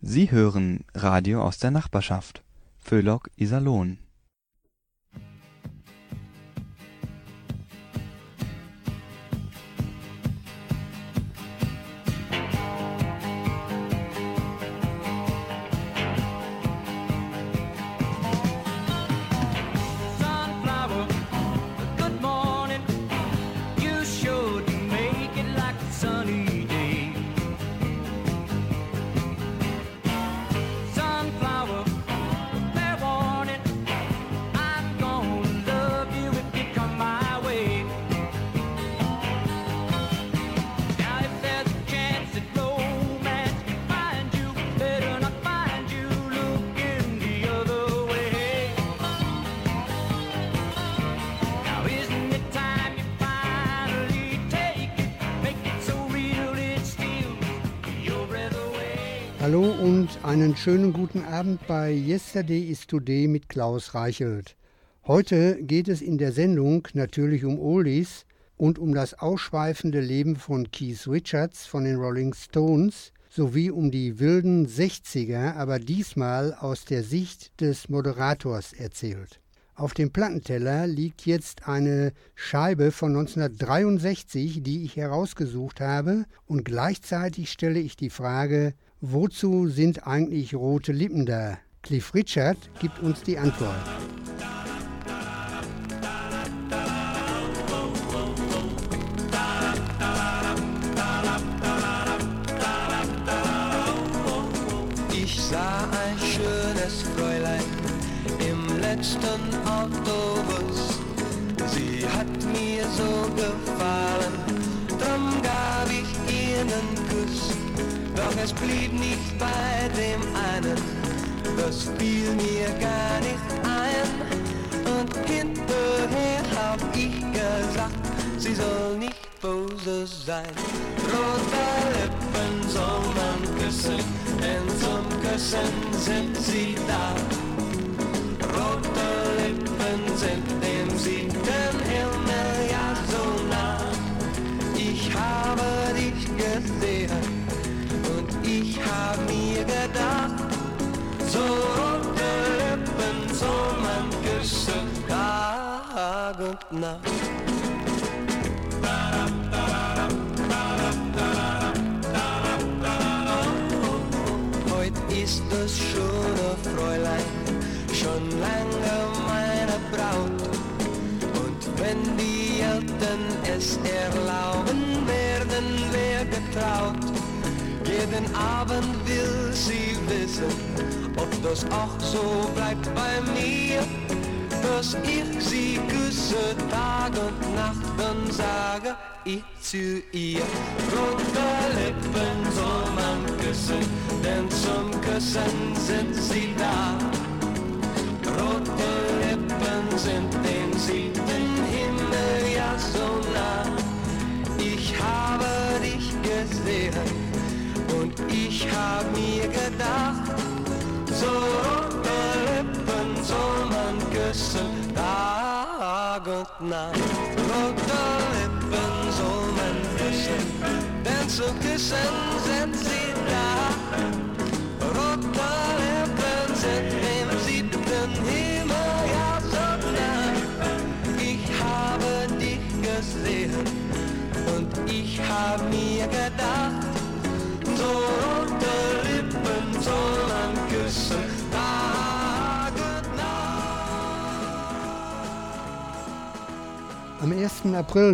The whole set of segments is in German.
Sie hören Radio aus der Nachbarschaft. Föhlock, Iserlohn. Hallo und einen schönen guten Abend bei Yesterday is Today mit Klaus Reichelt. Heute geht es in der Sendung natürlich um Oldies und um das ausschweifende Leben von Keith Richards von den Rolling Stones sowie um die wilden 60er, aber diesmal aus der Sicht des Moderators erzählt. Auf dem Plattenteller liegt jetzt eine Scheibe von 1963, die ich herausgesucht habe, und gleichzeitig stelle ich die Frage: Wozu sind eigentlich rote Lippen da? Cliff Richard gibt uns die Antwort. Ich sah ein schönes Fräulein im letzten Autobus. Sie hat mir so gefallen, drum gab ich ihr einen Kuss. Doch es blieb nicht bei dem einen, das fiel mir gar nicht ein. Und hinterher hab ich gesagt, sie soll nicht böse sein. Rote Lippen soll man küssen, denn zum Küssen sind sie da. Rote Lippen sind dem 7. Himmel ja so nah. Ich habe dich gesehen, ich hab mir gedacht, so rote Lippen soll man küssen, Tag und Nacht. Heut ist das schöne Fräulein schon lange meine Braut. Und wenn die Eltern es erlauben, werden wir getraut. Jeden Abend will sie wissen, ob das auch so bleibt bei mir, dass ich sie küsse Tag und Nacht, dann sage ich zu ihr: rote Lippen soll man küssen, denn zum Küssen sind sie da. Rote Lippen sind dem 7. Himmel ja so nah. Ich habe dich gesehen und ich hab mir gedacht, so rote Lippen soll man küssen, Tag und Nacht. Rote Lippen soll man küssen, denn zum Küssen sind sie da. Rote Lippen sind dem 7. Himmel ja so nah. Ich habe dich gesehen und ich hab mir gedacht, so rote Lippen soll man küssen, Tag und Nacht. Am 1. April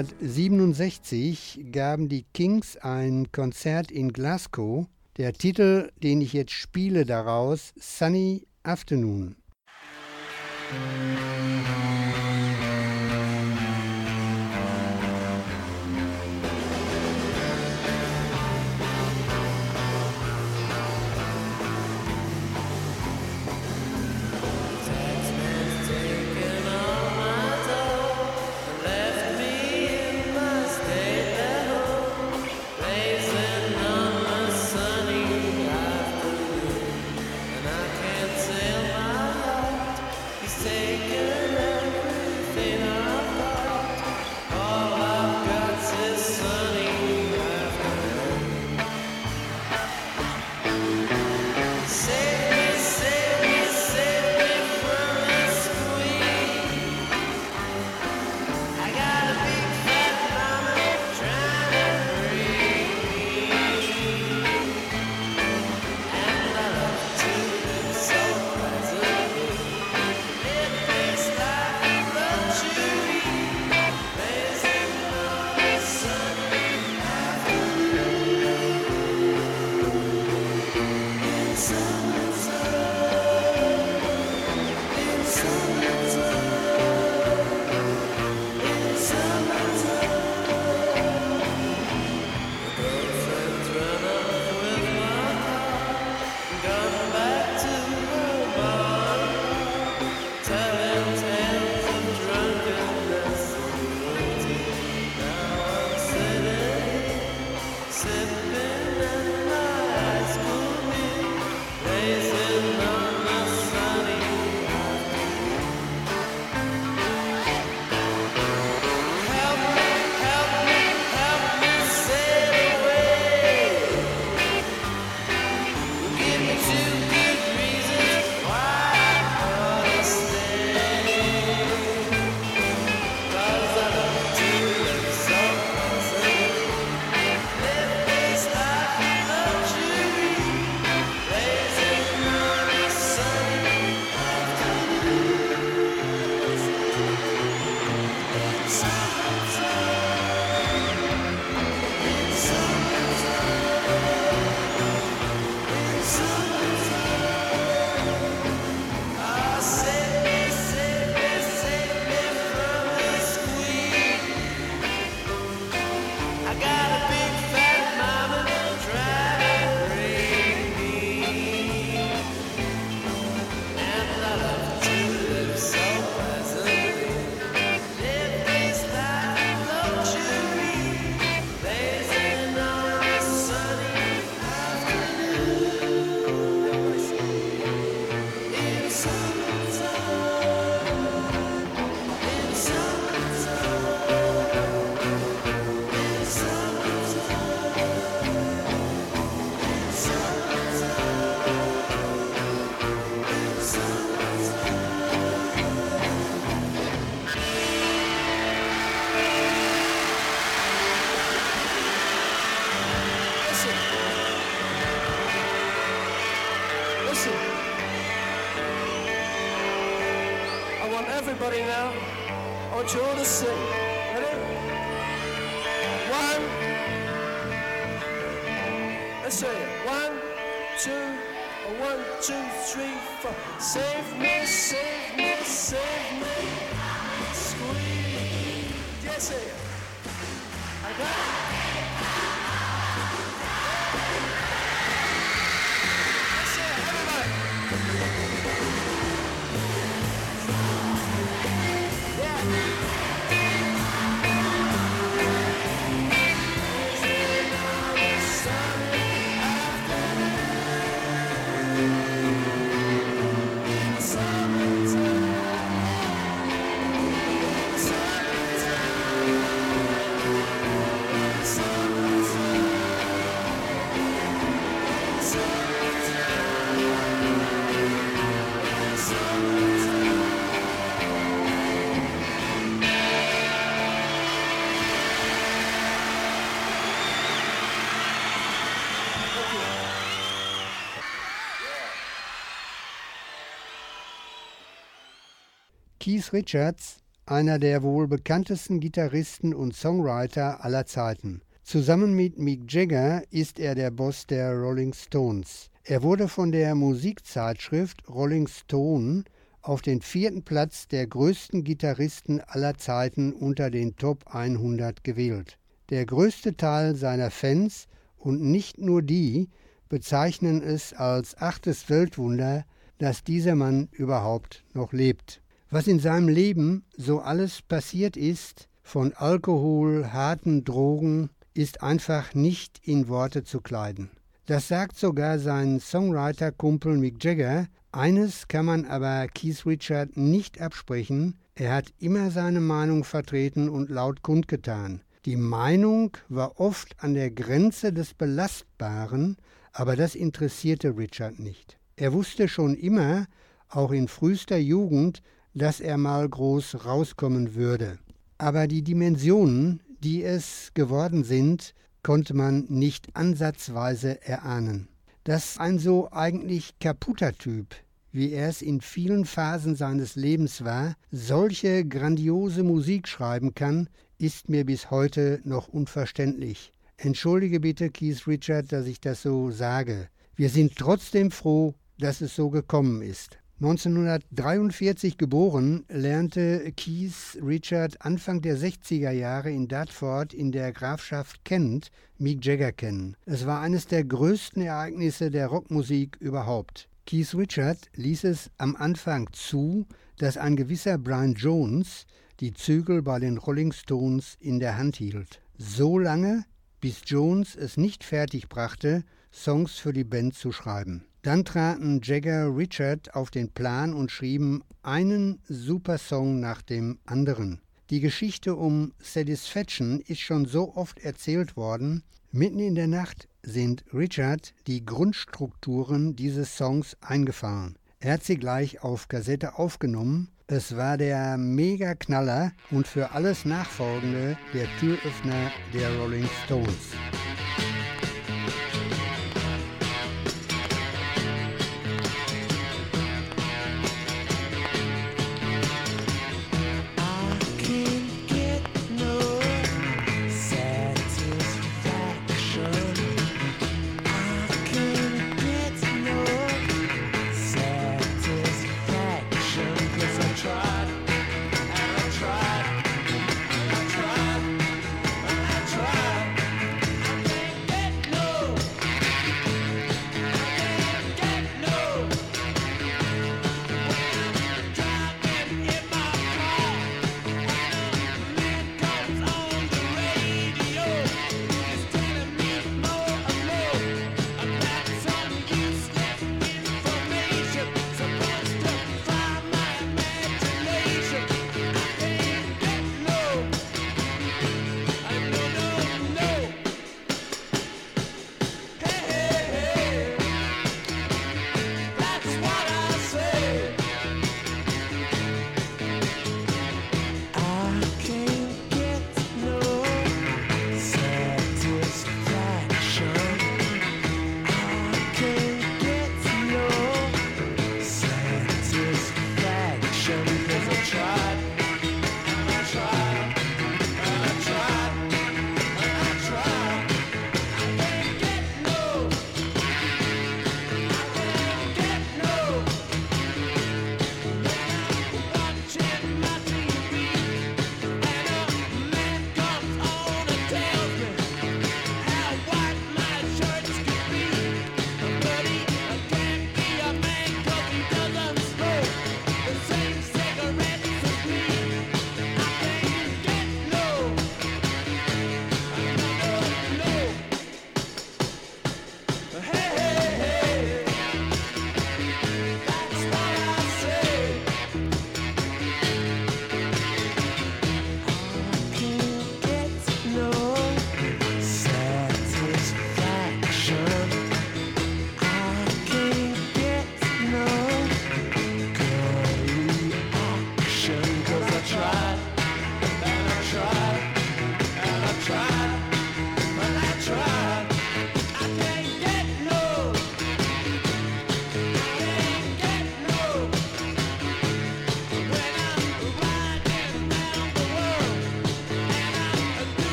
1967 gaben die Kings ein Konzert in Glasgow. Der Titel, den ich jetzt spiele daraus, Sunny Afternoon. Taken everything Listen. I want everybody now. I want you all to sing. Ready? One. Let's say it. 1, 2, 1, 2, 3, 4. Save me, save me, save me. Squeeze. Yes, say it. Okay? Keith Richards, einer der wohl bekanntesten Gitarristen und Songwriter aller Zeiten. Zusammen mit Mick Jagger ist er der Boss der Rolling Stones. Er wurde von der Musikzeitschrift Rolling Stone auf den 4. Platz der größten Gitarristen aller Zeiten unter den Top 100 gewählt. Der größte Teil seiner Fans, und nicht nur die, bezeichnen es als 8. Weltwunder, dass dieser Mann überhaupt noch lebt. Was in seinem Leben so alles passiert ist, von Alkohol, harten Drogen, ist einfach nicht in Worte zu kleiden. Das sagt sogar sein Songwriter-Kumpel Mick Jagger. Eines kann man aber Keith Richards nicht absprechen: Er hat immer seine Meinung vertreten und laut kundgetan. Die Meinung war oft an der Grenze des Belastbaren, aber das interessierte Richard nicht. Er wusste schon immer, auch in frühester Jugend, dass er mal groß rauskommen würde. Aber die Dimensionen, die es geworden sind, konnte man nicht ansatzweise erahnen. Dass ein so eigentlich kaputter Typ, wie er es in vielen Phasen seines Lebens war, solche grandiose Musik schreiben kann, ist mir bis heute noch unverständlich. Entschuldige bitte, Keith Richards, dass ich das so sage. Wir sind trotzdem froh, dass es so gekommen ist. 1943 geboren, lernte Keith Richards Anfang der 60er Jahre in Dartford in der Grafschaft Kent Mick Jagger kennen. Es war eines der größten Ereignisse der Rockmusik überhaupt. Keith Richards ließ es am Anfang zu, dass ein gewisser Brian Jones die Zügel bei den Rolling Stones in der Hand hielt. So lange, bis Jones es nicht fertig brachte, Songs für die Band zu schreiben. Dann traten Jagger Richards auf den Plan und schrieben einen super Song nach dem anderen. Die Geschichte um Satisfaction ist schon so oft erzählt worden. Mitten in der Nacht sind Richards die Grundstrukturen dieses Songs eingefahren. Er hat sie gleich auf Kassette aufgenommen. Es war der Mega-Knaller und für alles Nachfolgende der Türöffner der Rolling Stones. I tried.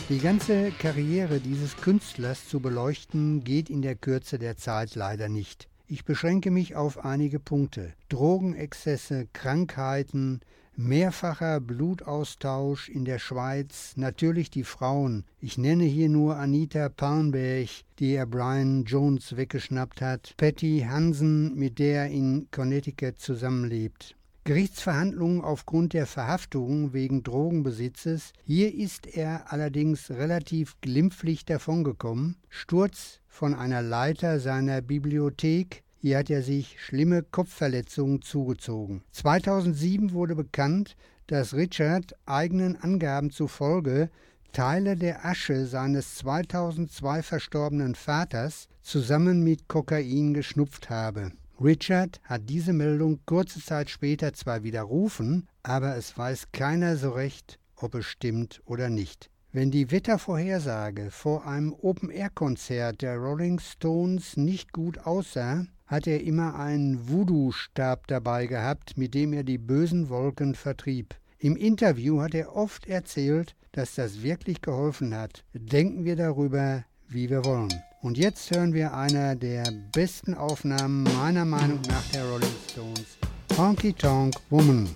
Die ganze Karriere dieses Künstlers zu beleuchten, geht in der Kürze der Zeit leider nicht. Ich beschränke mich auf einige Punkte. Drogenexzesse, Krankheiten, mehrfacher Blutaustausch in der Schweiz, natürlich die Frauen. Ich nenne hier nur Anita Palmberg, die er Brian Jones weggeschnappt hat, Patty Hansen, mit der er in Connecticut zusammenlebt. Gerichtsverhandlungen aufgrund der Verhaftung wegen Drogenbesitzes. Hier ist er allerdings relativ glimpflich davongekommen. Sturz von einer Leiter seiner Bibliothek. Hier hat er sich schlimme Kopfverletzungen zugezogen. 2007 wurde bekannt, dass Richard eigenen Angaben zufolge Teile der Asche seines 2002 verstorbenen Vaters zusammen mit Kokain geschnupft habe. Richard hat diese Meldung kurze Zeit später zwar widerrufen, aber es weiß keiner so recht, ob es stimmt oder nicht. Wenn die Wettervorhersage vor einem Open-Air-Konzert der Rolling Stones nicht gut aussah, hat er immer einen Voodoo-Stab dabei gehabt, mit dem er die bösen Wolken vertrieb. Im Interview hat er oft erzählt, dass das wirklich geholfen hat. Denken wir darüber, wie wir wollen. Und jetzt hören wir einer der besten Aufnahmen meiner Meinung nach der Rolling Stones, Honky Tonk Woman.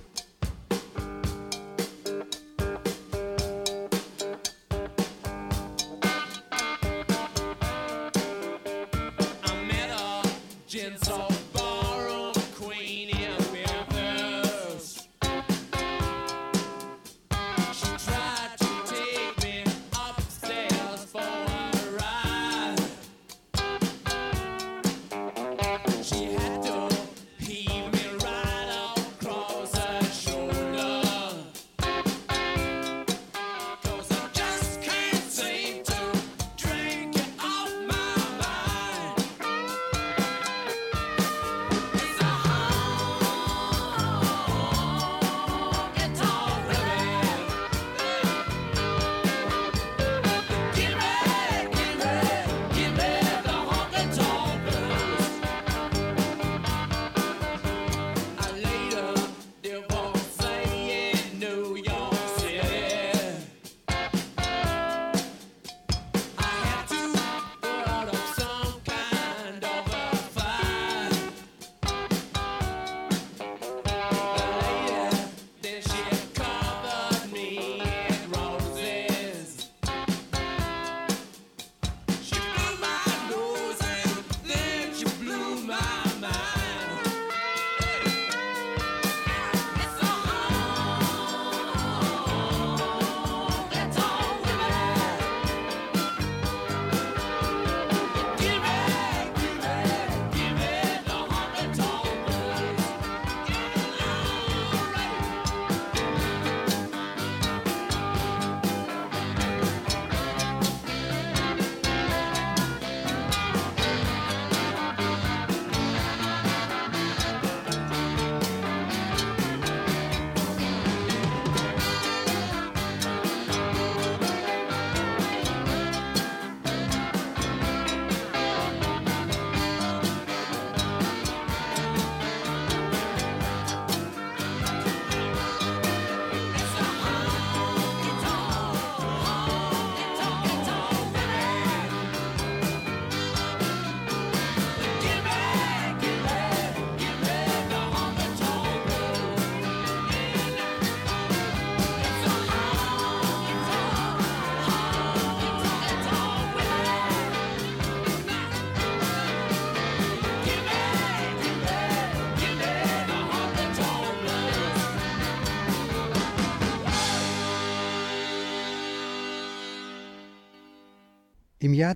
Im Jahr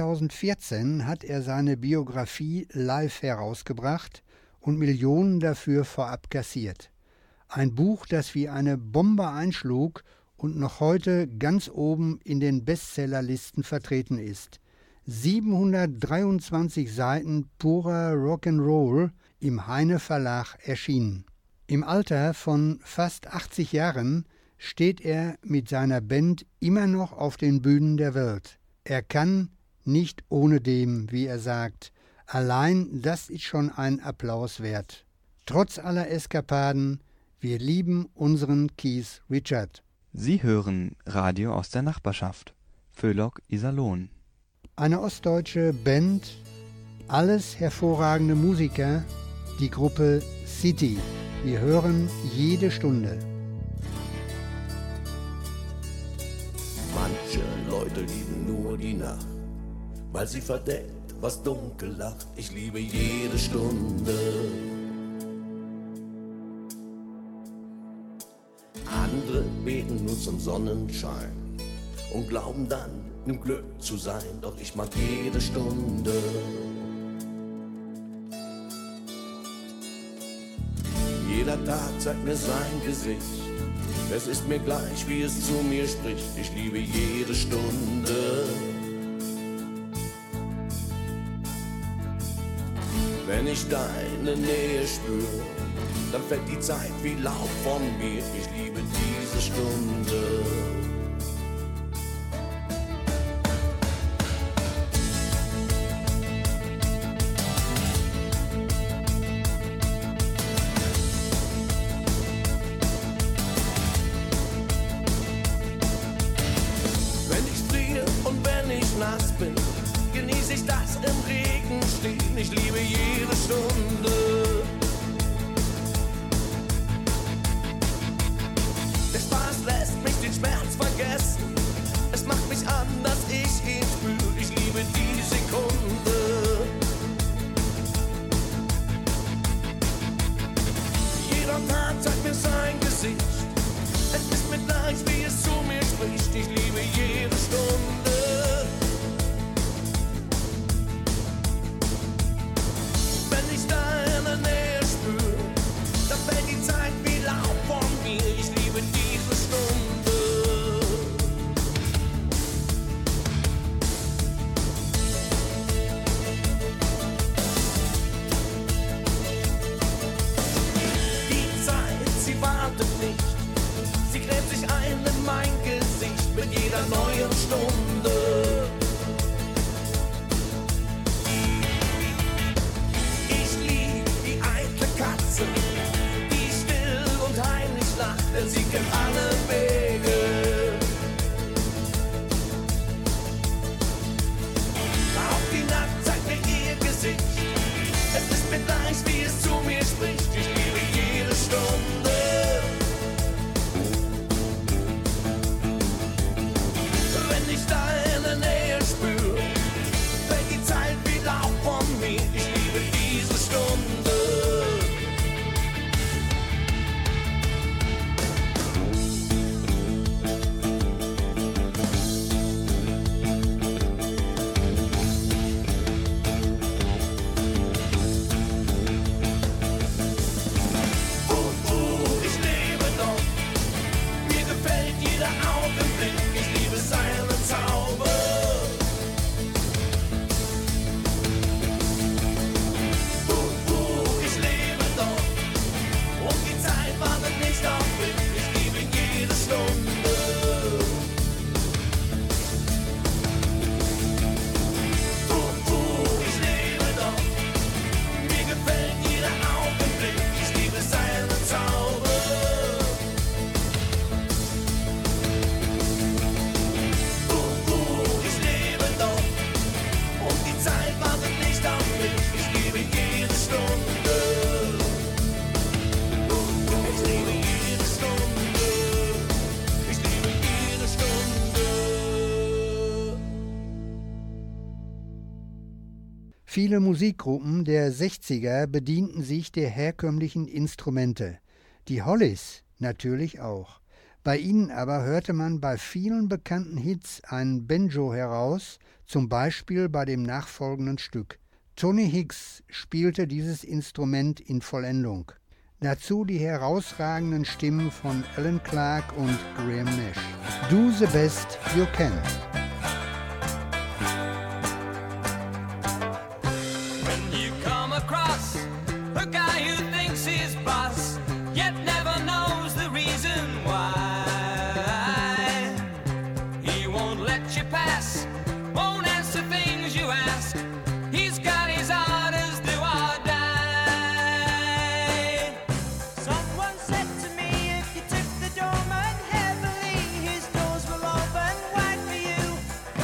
2014 hat er seine Biografie live herausgebracht und Millionen dafür vorab kassiert. Ein Buch, das wie eine Bombe einschlug und noch heute ganz oben in den Bestsellerlisten vertreten ist. 723 Seiten purer Rock'n'Roll im Heine Verlag erschienen. Im Alter von fast 80 Jahren steht er mit seiner Band immer noch auf den Bühnen der Welt. Er kann nicht ohne dem, wie er sagt. Allein das ist schon ein Applaus wert. Trotz aller Eskapaden, wir lieben unseren Keith Richard. Sie hören Radio aus der Nachbarschaft. Föhlock Iserlohn. Eine ostdeutsche Band, alles hervorragende Musiker, die Gruppe City. Wir hören jede Stunde. Manche Leute lieben nur die Nacht, weil sie verdeckt, was dunkel lacht. Ich liebe jede Stunde. Andere beten nur zum Sonnenschein und glauben dann im Glück zu sein. Doch ich mag jede Stunde. Jeder Tag zeigt mir sein Gesicht. Es ist mir gleich, wie es zu mir spricht. Ich liebe jede Stunde. Wenn ich deine Nähe spüre, dann fällt die Zeit wie Laub von mir. Ich liebe diese Stunde. Genieße ich das im Regen stehen. Ich liebe jede Stunde. Der Spaß lässt mich den Schmerz vergessen. Es macht mich an, dass ich ihn spüre. Ich liebe die Sekunde. Jeder Tag zeigt mir sein Gesicht. Es ist mir gleich, wie es zu mir spricht. Ich liebe jede Stunde. Wenn ich deine Nähe spüre, dann fällt die Zeit wie Laub von mir. Ich liebe diese Stunde. Die Zeit, sie wartet nicht. Sie gräbt sich ein in mein Gesicht mit jeder neuen Stunde. Die still und heimlich lacht, denn sie kennt alle Wege. Auch die Nacht zeigt mir ihr Gesicht. Es ist mir gleich, wie es zu mir spricht. Ich liebe jede Stunde. Wenn ich deine Nähe spüre, fällt die Zeit wie Laub von mir. Ich liebe diese Stunde. Viele Musikgruppen der 60er bedienten sich der herkömmlichen Instrumente. Die Hollies natürlich auch. Bei ihnen aber hörte man bei vielen bekannten Hits einen Banjo heraus, zum Beispiel bei dem nachfolgenden Stück. Tony Hicks spielte dieses Instrument in Vollendung. Dazu die herausragenden Stimmen von Alan Clark und Graham Nash. Do the best you can. A guy who thinks he's boss, yet never knows the reason why. He won't let you pass, won't answer things you ask. He's got his orders, do or die. Someone said to me, if you took the doorman heavily, his doors will open wide for you.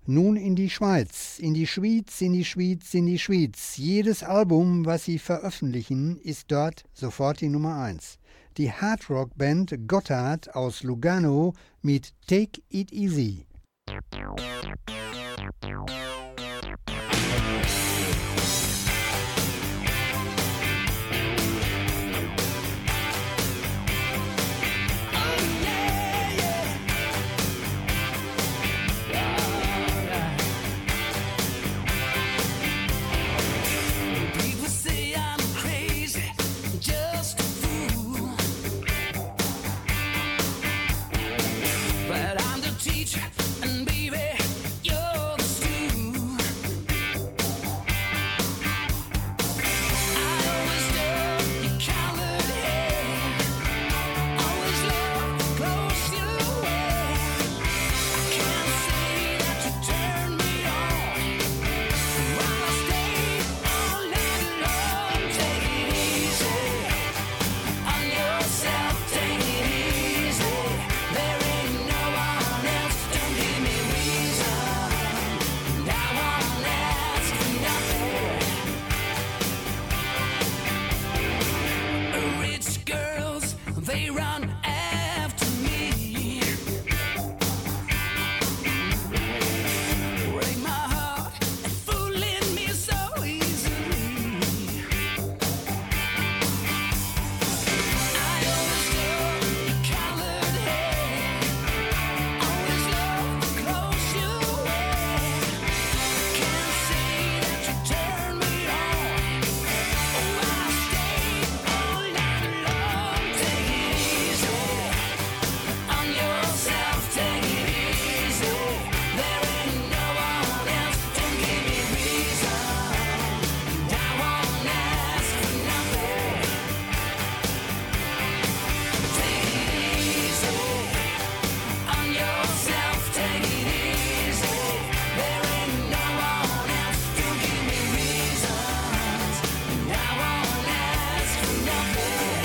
Nun in die Schweiz, in die Schweiz, in die Schweiz, in die Schweiz. Jedes Album, was sie veröffentlichen, ist dort sofort die Nummer 1. Die Hardrock-Band Gotthard aus Lugano mit Take It Easy. And baby, you're the stew. I always love your colored hair. Always love close your way. I can't say that you turn me on. While I stay all night long, take it easy on yourself. Take it easy. There ain't no one else. Don't give me reason. I won't ask for nothing. Rich girls, they run after me. Break my heart and fooling me so easily. I always love your colored hair. Always love close your way. Can't say that you turn me on. Oh, I stay all night long. Take it easy on yourself. Take it easy. There ain't no one else. Don't give me reason. I won't ask for nothing. Take it easy on yourself. Take it easy. There ain't no one else. Don't give me reasons. I won't ask for nothing.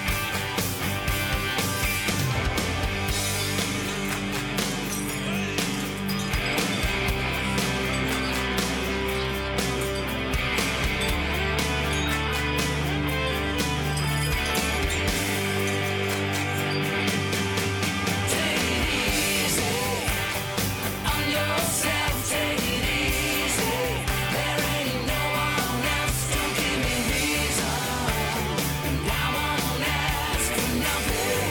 Take it easy on yourself. Take it easy. There ain't no one else. Don't give me reason. I won't ask for nothing.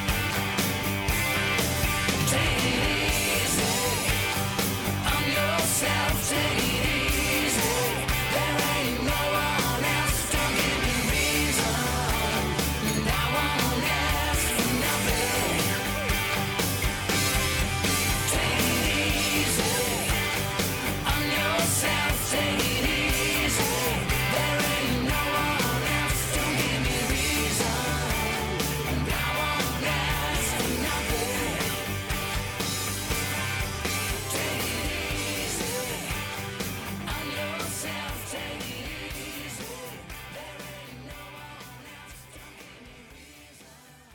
Take it easy on yourself. Take it easy. There ain't no one else. Don't give me reason. I won't ask for nothing. Take it easy on yourself. Take it easy. There ain't no one else. Don't give me reason. I won't ask for nothing. Take it easy on yourself. Take it easy. There ain't no one else. Don't give me reason.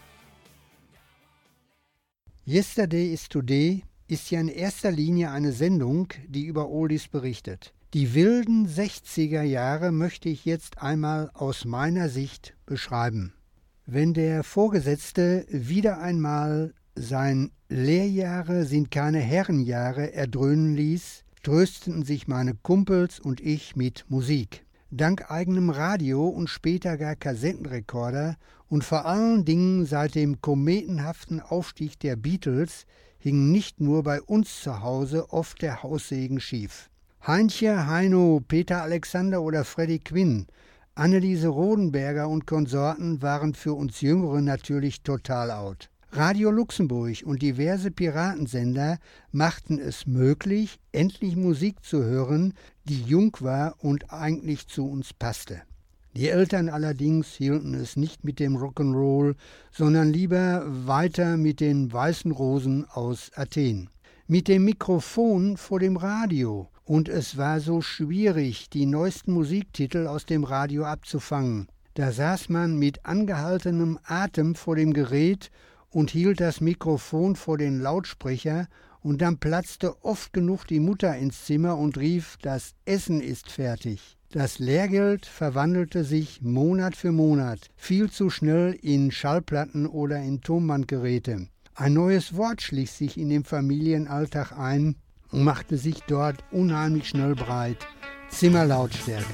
Yesterday is Today ist ja in erster Linie eine Sendung, die über Oldies berichtet. Die wilden 60er Jahre möchte ich jetzt einmal aus meiner Sicht beschreiben. Wenn der Vorgesetzte wieder einmal sein Lehrjahre sind keine Herrenjahre erdröhnen ließ, trösteten sich meine Kumpels und ich mit Musik. Dank eigenem Radio und später gar Kassettenrekorder und vor allen Dingen seit dem kometenhaften Aufstieg der Beatles hing nicht nur bei uns zu Hause oft der Haussegen schief. Heinche, Heino, Peter Alexander oder Freddie Quinn, Anneliese Rodenberger und Konsorten waren für uns Jüngere natürlich total out. Radio Luxemburg und diverse Piratensender machten es möglich, endlich Musik zu hören, die jung war und eigentlich zu uns passte. Die Eltern allerdings hielten es nicht mit dem Rock'n'Roll, sondern lieber weiter mit den Weißen Rosen aus Athen. Mit dem Mikrofon vor dem Radio. Und es war so schwierig, die neuesten Musiktitel aus dem Radio abzufangen. Da saß man mit angehaltenem Atem vor dem Gerät und hielt das Mikrofon vor den Lautsprecher und dann platzte oft genug die Mutter ins Zimmer und rief, das Essen ist fertig. Das Lehrgeld verwandelte sich Monat für Monat viel zu schnell in Schallplatten oder in Tonbandgeräte. Ein neues Wort schlich sich in den Familienalltag ein und machte sich dort unheimlich schnell breit. Zimmerlautstärke.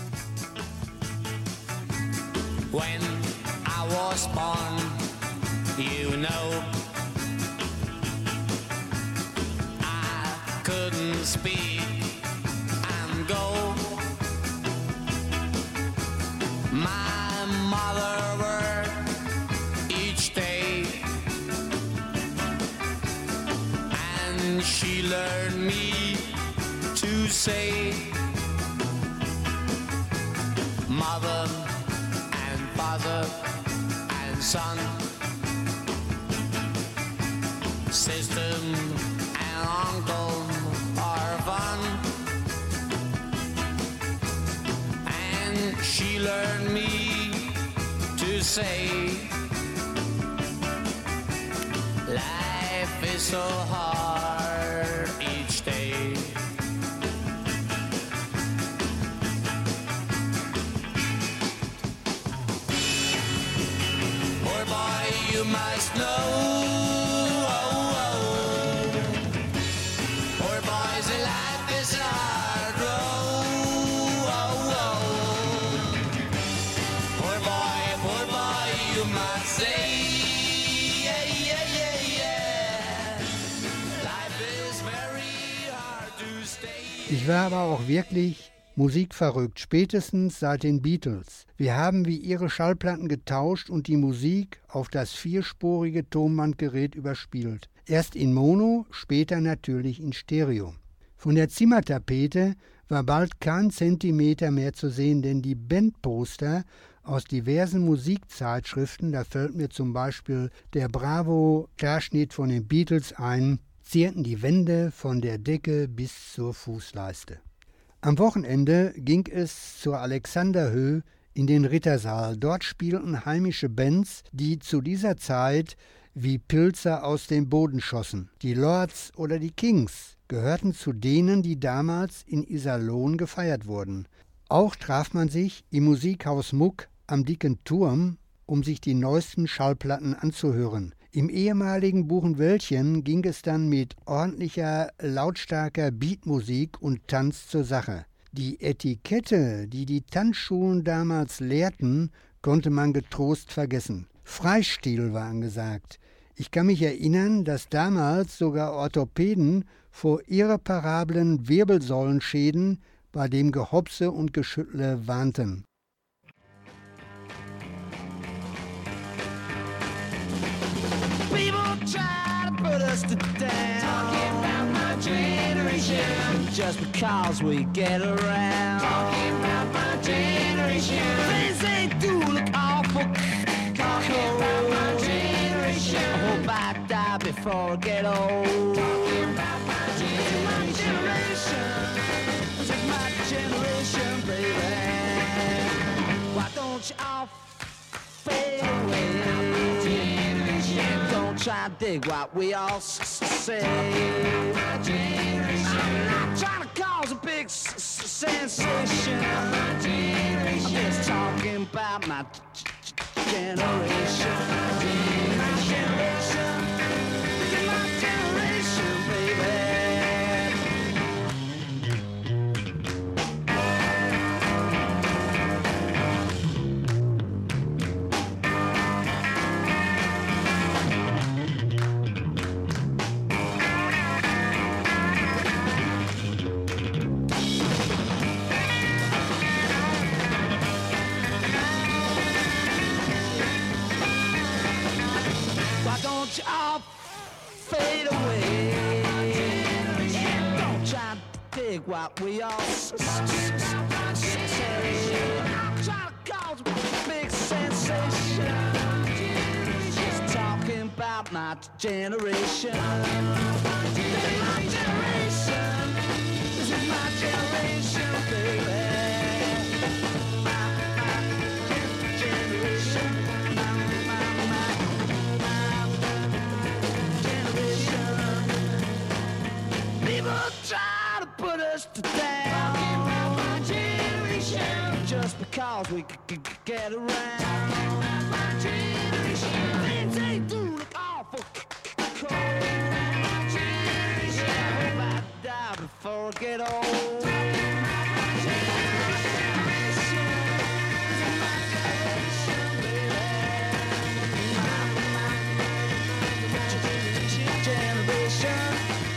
When I was born, you know, I couldn't speak and go. My mother worked each day, and she learned me to say mother and father and son, sister and uncle are fun. And she learned me to say life is so hard each day. Boy, boy, you must know. Poor boy, say life is a hard road. Poor boy, you must say, yeah, yeah, yeah, yeah. Life is very hard to stay. Ich war aber auch wirklich musikverrückt, spätestens seit den Beatles. Wir haben wie ihre Schallplatten getauscht und die Musik auf das vierspurige Tonbandgerät überspielt. Erst in Mono, später natürlich in Stereo. Von der Zimmertapete war bald kein Zentimeter mehr zu sehen, denn die Bandposter aus diversen Musikzeitschriften, da fällt mir zum Beispiel der Bravo-Starschnitt von den Beatles ein, zierten die Wände von der Decke bis zur Fußleiste. Am Wochenende ging es zur Alexanderhöhe in den Rittersaal. Dort spielten heimische Bands, die zu dieser Zeit wie Pilze aus dem Boden schossen. Die Lords oder die Kings gehörten zu denen, die damals in Iserlohn gefeiert wurden. Auch traf man sich im Musikhaus Muck am Dicken Turm, um sich die neuesten Schallplatten anzuhören. Im ehemaligen Buchenwäldchen ging es dann mit ordentlicher, lautstarker Beatmusik und Tanz zur Sache. Die Etikette, die die Tanzschulen damals lehrten, konnte man getrost vergessen. Freistil war angesagt. Ich kann mich erinnern, dass damals sogar Orthopäden vor irreparablen Wirbelsäulenschäden bei dem Gehopse und Geschüttle warnten. People try to put us to down, talking about my generation, just because we get around, talking about my generation, things they do look awful, talking about my generation, I hope I die before I get old, talking about my generation, this is my generation, baby, why don't you all fade away? Don't try to dig what we all say. I'm not trying to cause a big sensation. I'm just talking about my generation. My generation. This is my generation, baby. Don't you all fade away? Don't try to dig what we all say. I'm trying to cause a big sensation. Just talking about my generation. This is my generation. This is my generation, baby. My generation. People try to put us to down. Talking about my generation. Just because we get around. My generation. Things ain't doing it awful cold. My generation. I hope I die before I get old. My generation. My generation, baby. My generation.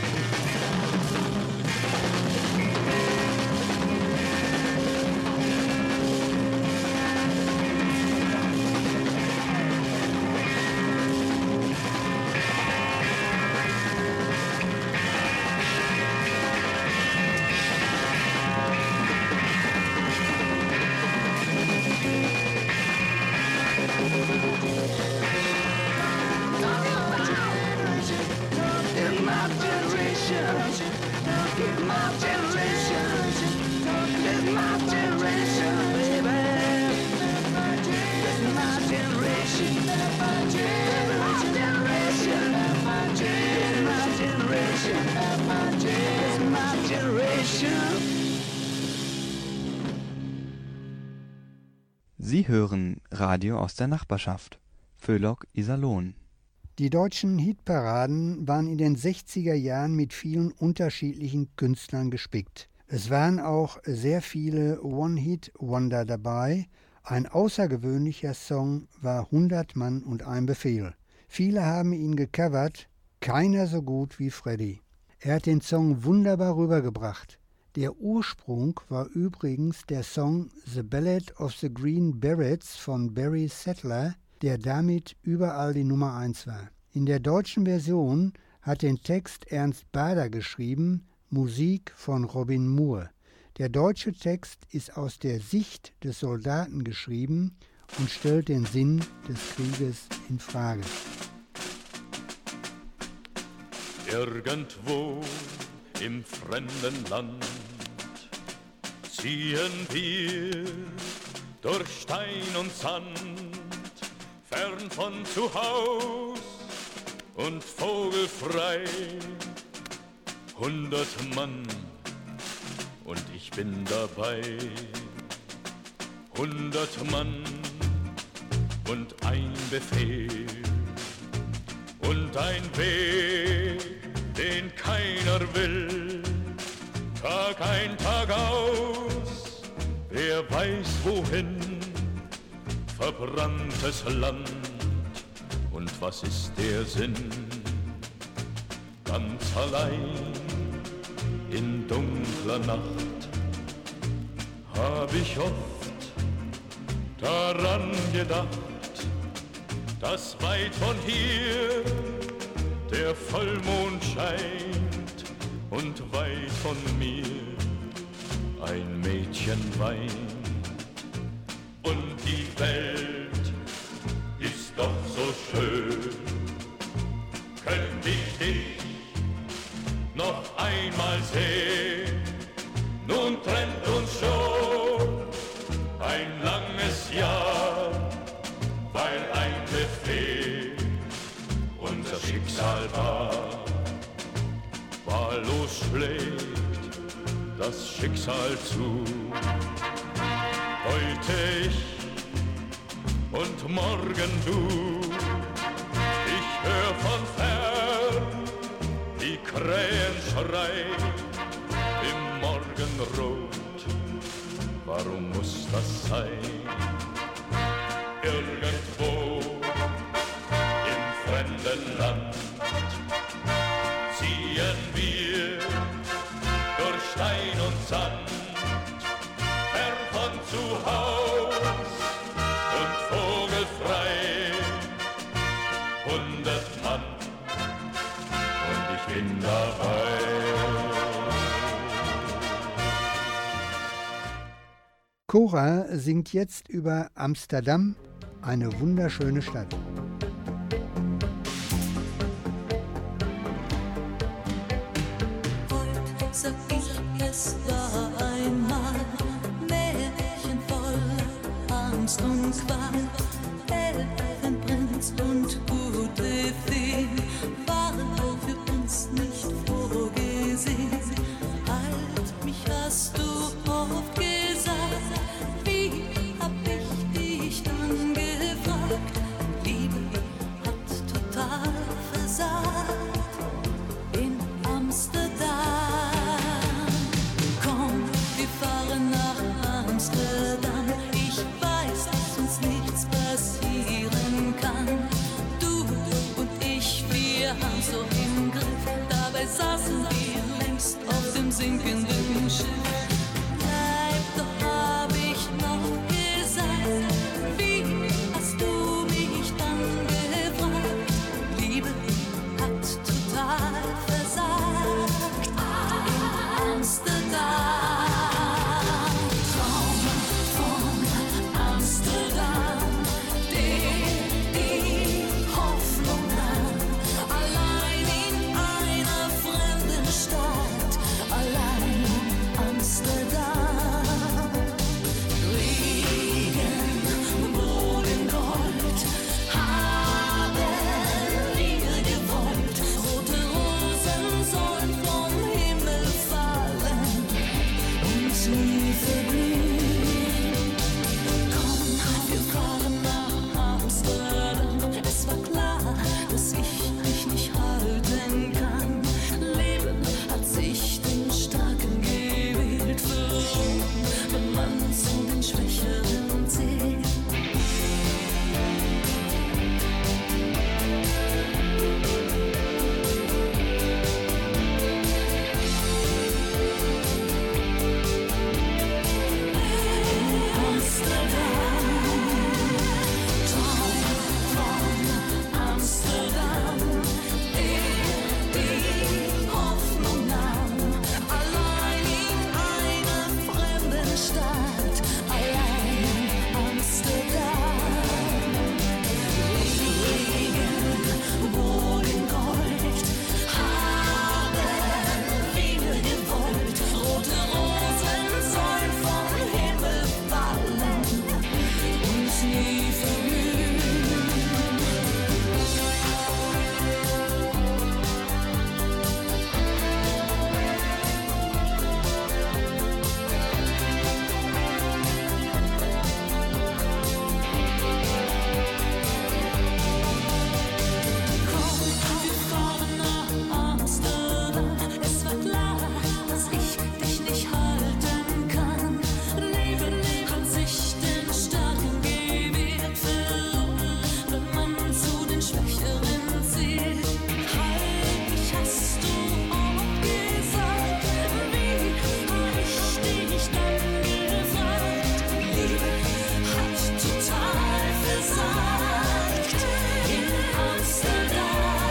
Sie hören Radio aus der Nachbarschaft. Föhlock, Iserlohn. Die deutschen Hitparaden waren in den 60er Jahren mit vielen unterschiedlichen Künstlern gespickt. Es waren auch sehr viele One-Hit-Wonder dabei. Ein außergewöhnlicher Song war 100 Mann und ein Befehl. Viele haben ihn gecovert, keiner so gut wie Freddy. Er hat den Song wunderbar rübergebracht. Der Ursprung war übrigens der Song The Ballad of the Green Berets von Barry Settler, der damit überall die Nummer 1 war. In der deutschen Version hat den Text Ernst Bader geschrieben, Musik von Robin Moore. Der deutsche Text ist aus der Sicht des Soldaten geschrieben und stellt den Sinn des Krieges in Frage. Irgendwo im fremden Land ziehen wir durch Stein und Sand, fern von zu Haus und vogelfrei. 100 Mann und ich bin dabei. 100 Mann und ein Befehl und ein Weg, den keiner will. Tag ein, Tag aus, wer weiß wohin, verbranntes Land. Und was ist der Sinn? Ganz allein in dunkler Nacht hab ich oft daran gedacht, dass weit von hier der Vollmond scheint und weit von mir ein Mädchen weint. Und die Welt ist doch so schön, könnt ich dich noch einmal sehen. Nun trennt uns schon ein langes Jahr, weil ein Befehl unser Schicksal war. Wahllos schlägt das Schicksal zu. Heute ich und morgen du. Ich hör von fern die Krähenschrei im Morgenrot. Warum muss das sein? Irgendwo im fremden Land ziehen wir durch Stein und Sand, fern von zu Haus und vogelfrei. 100 Mann und ich bin dabei. Cora singt jetzt über Amsterdam, eine wunderschöne Stadt. Heute sag ich, es war einmal Märchen voller Angst und Qual. Elfenprinz und gute Feen waren auch für uns nicht vorgesehen. sinkenden Schiff. Bleib, doch hab ich noch gesagt, wie hast du mich dann gefragt? Liebe hat total versagt in Amsterdam. Traum von Amsterdam, der die Hoffnung nahm, allein in einer fremden Stadt, allein in Amsterdam. Regen, Boden, Gold, haben wir gewollt. Rote Rosen sollen vom Himmel fallen und nie verglühen. Komm, wir fahren nach Amsterdam. Es war klar, dass ich mich nicht halten kann. Leben hat sich den Starken gewählt. Warum, wenn man zu den Schwächeren zählt? Amsterdam, der die Hoffnung nahm, allein in einer fremden Stadt, allein in Amsterdam. Regen, Boden, Gold, haben wir gewollt. Rote Rosen sollen vom Himmel fallen und nie verglühen. Komm, wir fahren nach Amsterdam. Es war klar, dass ich dich nicht halten kann. Leben hat sich den Starken gewählt. Warum, wenn man zu den Schwächeren zählt? Halt, hast du auch gesagt, wie hab ich dich dann gefragt? Liebe hat total versagt in Amsterdam.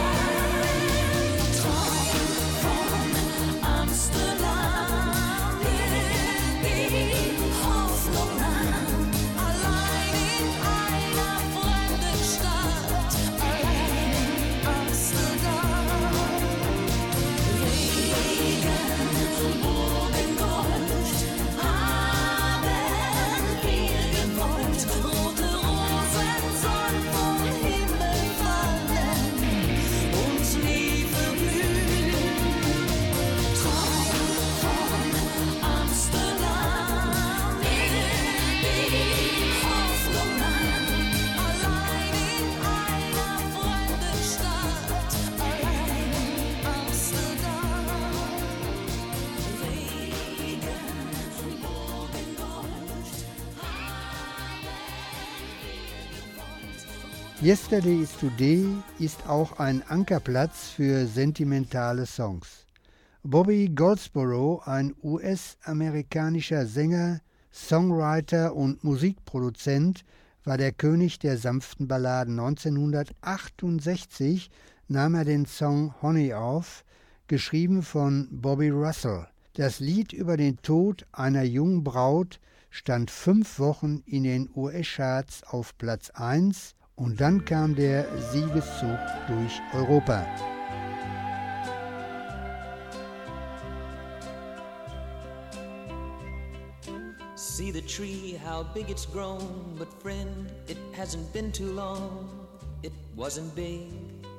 Traum von Amsterdam, die Hoffnung nahm, allein in einer fremden Stadt, allein in Amsterdam. Regen, Bogen, Gold, haben wir gewollt. Rote Rosen sollen vom Himmel fallen und nie verglühen. Traum von Amsterdam, die Hoffnung nahm, allein in einer fremden Stadt, allein in Amsterdam. Regen, Bogen, Gold, Yesterday is Today ist auch ein Ankerplatz für sentimentale Songs. Bobby Goldsboro, ein US-amerikanischer Sänger, Songwriter und Musikproduzent, war der König der sanften Balladen. 1968 nahm er den Song Honey auf, geschrieben von Bobby Russell. Das Lied über den Tod einer jungen Braut stand 5 Wochen in den US-Charts auf Platz 1 und dann kam der Siegeszug durch Europa. See the tree, how big it's grown, but friend, it hasn't been too long, it wasn't big.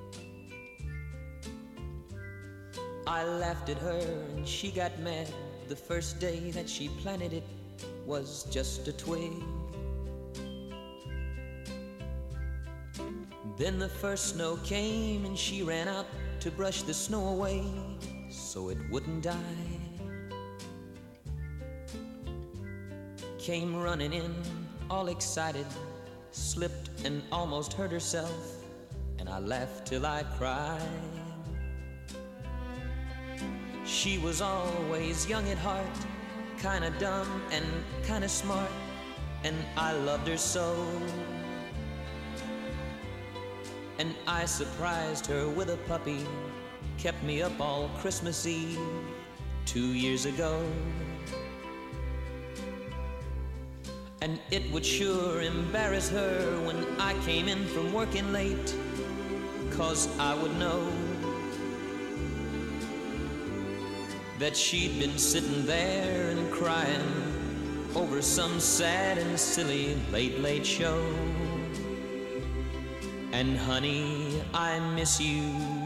I laughed at her and she got mad. The first day that she planted it was just a twig. Then the first snow came and she ran out to brush the snow away so it wouldn't die. Came running in, all excited, slipped and almost hurt herself, and I laughed till I cried. She was always young at heart, kinda dumb and kinda smart, and I loved her so. And I surprised her with a puppy, kept me up all Christmas Eve 2 years ago. And it would sure embarrass her when I came in from working late, 'cause I would know that she'd been sitting there and crying over some sad and silly late show. And honey, I miss you,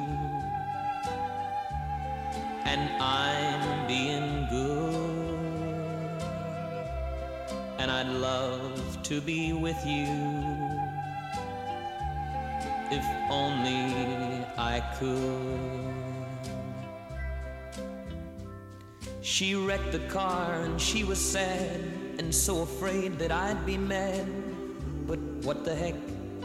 and I'm being good, and I'd love to be with you if only I could. She wrecked the car and she was sad and so afraid that I'd be mad, but what the heck?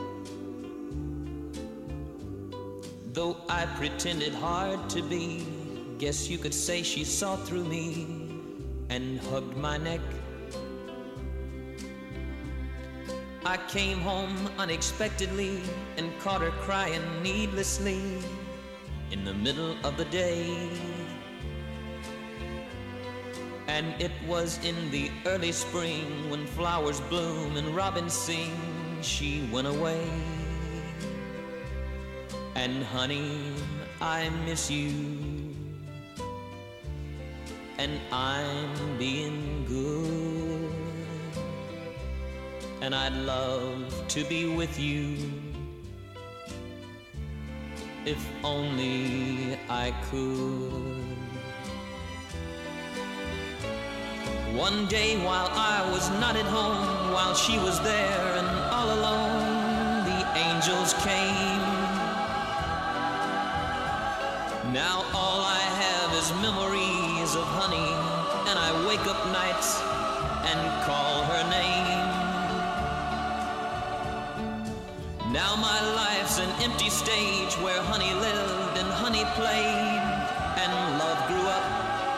Though I pretended hard to be, guess you could say she saw through me and hugged my neck. I came home unexpectedly and caught her crying needlessly in the middle of the day. And it was in the early spring when flowers bloom and robins sing, she went away. And honey, I miss you, and I'm being good, and I'd love to be with you if only I could. One day while I was not at home, while she was there and all alone, the angels came. Now all I have is memories of honey, and I wake up nights and call her name. Now my life's an empty stage where honey lived and honey played and love grew up.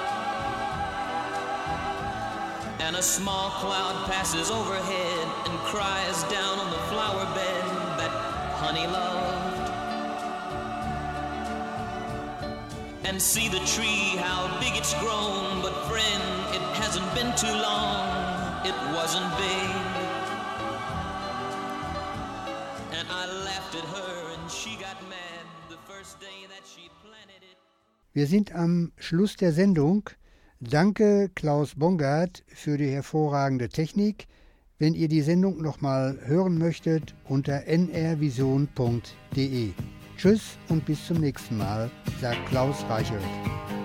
And a small cloud passes overhead and cries down on the flower bed that honey loved. And see the tree, how big it's grown, but friend, it hasn't been too long, it wasn't big. And I laughed at her and she got mad the first day that she planted it. Wir sind am Schluss der Sendung. Danke Klaus Bongard für die hervorragende Technik. Wenn ihr die Sendung nochmal hören möchtet, unter nrvision.de. Tschüss und bis zum nächsten Mal, sagt Klaus Reichelt.